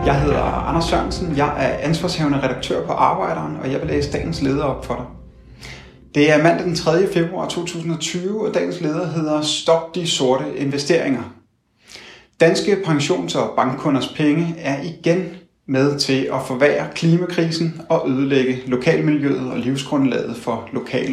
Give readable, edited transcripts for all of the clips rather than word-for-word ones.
Jeg hedder Anders Sørensen, jeg er ansvarshavende redaktør på Arbejderen, og jeg vil læse dagens leder op for dig. Det er mandag den 3. februar 2020, og dagens leder hedder Stop de sorte investeringer. Danske pensions- og bankkunders penge er igen med til at forværre klimakrisen og ødelægge lokalmiljøet og livsgrundlaget for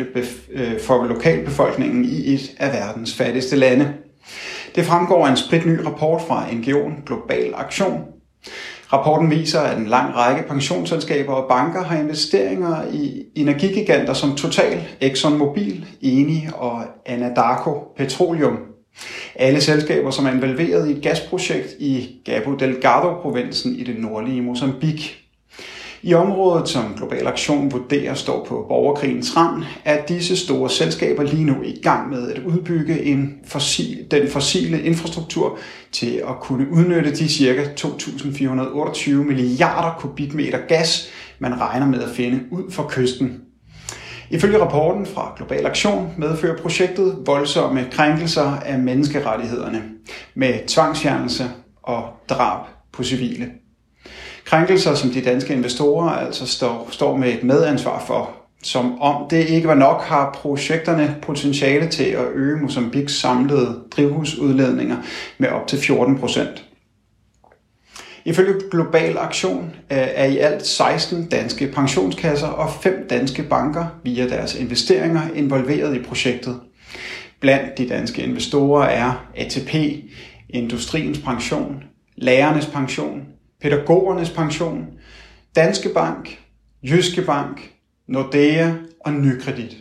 lokalbefolkningen i et af verdens fattigste lande. Det fremgår af en spritny rapport fra NGO'en Global Aktion. Rapporten viser, at en lang række pensionsselskaber og banker har investeringer i energigiganter som Total, ExxonMobil, Eni og Anadarko Petroleum. Alle selskaber, som er involveret i et gasprojekt i Cabo Delgado-provinsen i det nordlige Mozambique. I området, som Global Aktion vurderer står på borgerkrigens rand, er disse store selskaber lige nu i gang med at udbygge den fossile infrastruktur til at kunne udnytte de ca. 2.428 milliarder kubikmeter gas, man regner med at finde ud for kysten. Ifølge rapporten fra Global Aktion medfører projektet voldsomme krænkelser af menneskerettighederne med tvangsfjernelse og drab på civile. Krænkelser, som de danske investorer altså står med et medansvar for. Som om det ikke var nok, har projekterne potentiale til at øge Mozambiques samlede drivhusudledninger med op til 14%. Ifølge Global Aktion er i alt 16 danske pensionskasser og 5 danske banker via deres investeringer involveret i projektet. Blandt de danske investorer er ATP, Industriens Pension, Lærernes Pension, Pædagogernes Pension, Danske Bank, Jyske Bank, Nordea og Nykredit.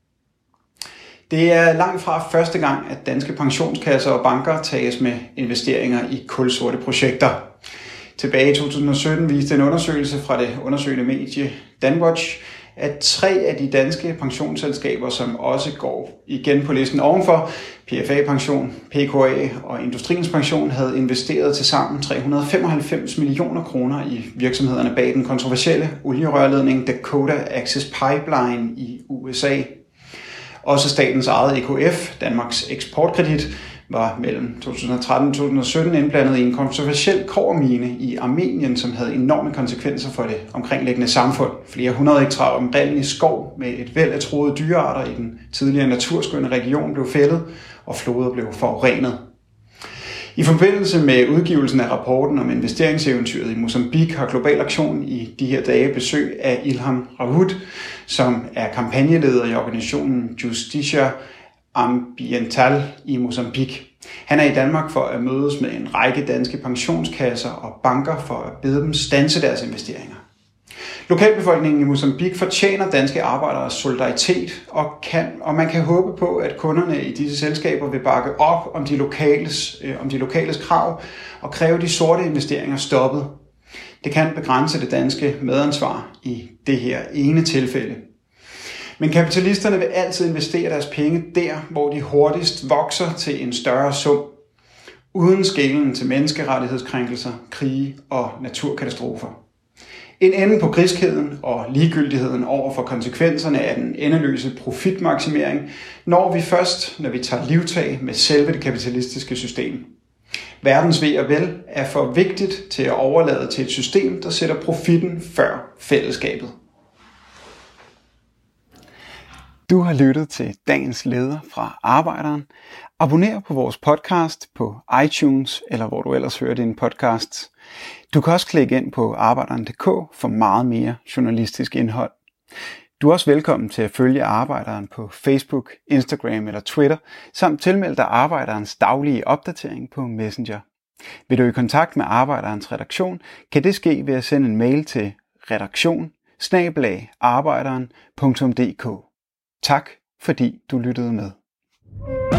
Det er langt fra første gang, at danske pensionskasser og banker tages med investeringer i kulsorte projekter. Tilbage i 2017 viste en undersøgelse fra det undersøgende medie Danwatch, at 3 af de danske pensionsselskaber, som også går igen på listen ovenfor, PFA Pension, PKA og Industriens Pension, havde investeret til sammen 395 millioner kroner i virksomhederne bag den kontroversielle olierørledning Dakota Access Pipeline i USA. Også statens eget EKF, Danmarks Eksportkredit, var mellem 2013 og 2017 indblandet i en kontroversiel kobbermine i Armenien, som havde enorme konsekvenser for det omkringliggende samfund. Flere hundrede hektar oprindelig skov med et væld af truede dyrearter i den tidligere naturskønne region blev fældet, og floder blev forurenet. I forbindelse med udgivelsen af rapporten om investeringseventyret i Mozambique har Global Aktion i de her dage besøg af Ilham Rawoot, som er kampagneleder i organisationen Justicia Ambiental i Mozambique. Han er i Danmark for at mødes med en række danske pensionskasser og banker for at bede dem standse deres investeringer. Lokalbefolkningen i Mozambique fortjener danske arbejderes solidaritet, og man kan håbe på, at kunderne i disse selskaber vil bakke op om de lokales krav og kræve de sorte investeringer stoppet. Det kan begrænse det danske medansvar i det her ene tilfælde. Men kapitalisterne vil altid investere deres penge der, hvor de hurtigst vokser til en større sum, uden skelen til menneskerettighedskrænkelser, krige og naturkatastrofer. En ende på griskheden og ligegyldigheden over for konsekvenserne af den endeløse profitmaksimering når vi først, når vi tager livtag med selve det kapitalistiske system. Verdens ve og vel er for vigtigt til at overlade til et system, der sætter profitten før fællesskabet. Du har lyttet til dagens leder fra Arbejderen. Abonner på vores podcast på iTunes, eller hvor du ellers hører dine podcasts. Du kan også klikke ind på arbejderen.dk for meget mere journalistisk indhold. Du er også velkommen til at følge Arbejderen på Facebook, Instagram eller Twitter, samt tilmelde dig Arbejderens daglige opdatering på Messenger. Vil du i kontakt med Arbejderens redaktion, kan det ske ved at sende en mail til redaktion@arbejderen.dk. Tak fordi du lyttede med.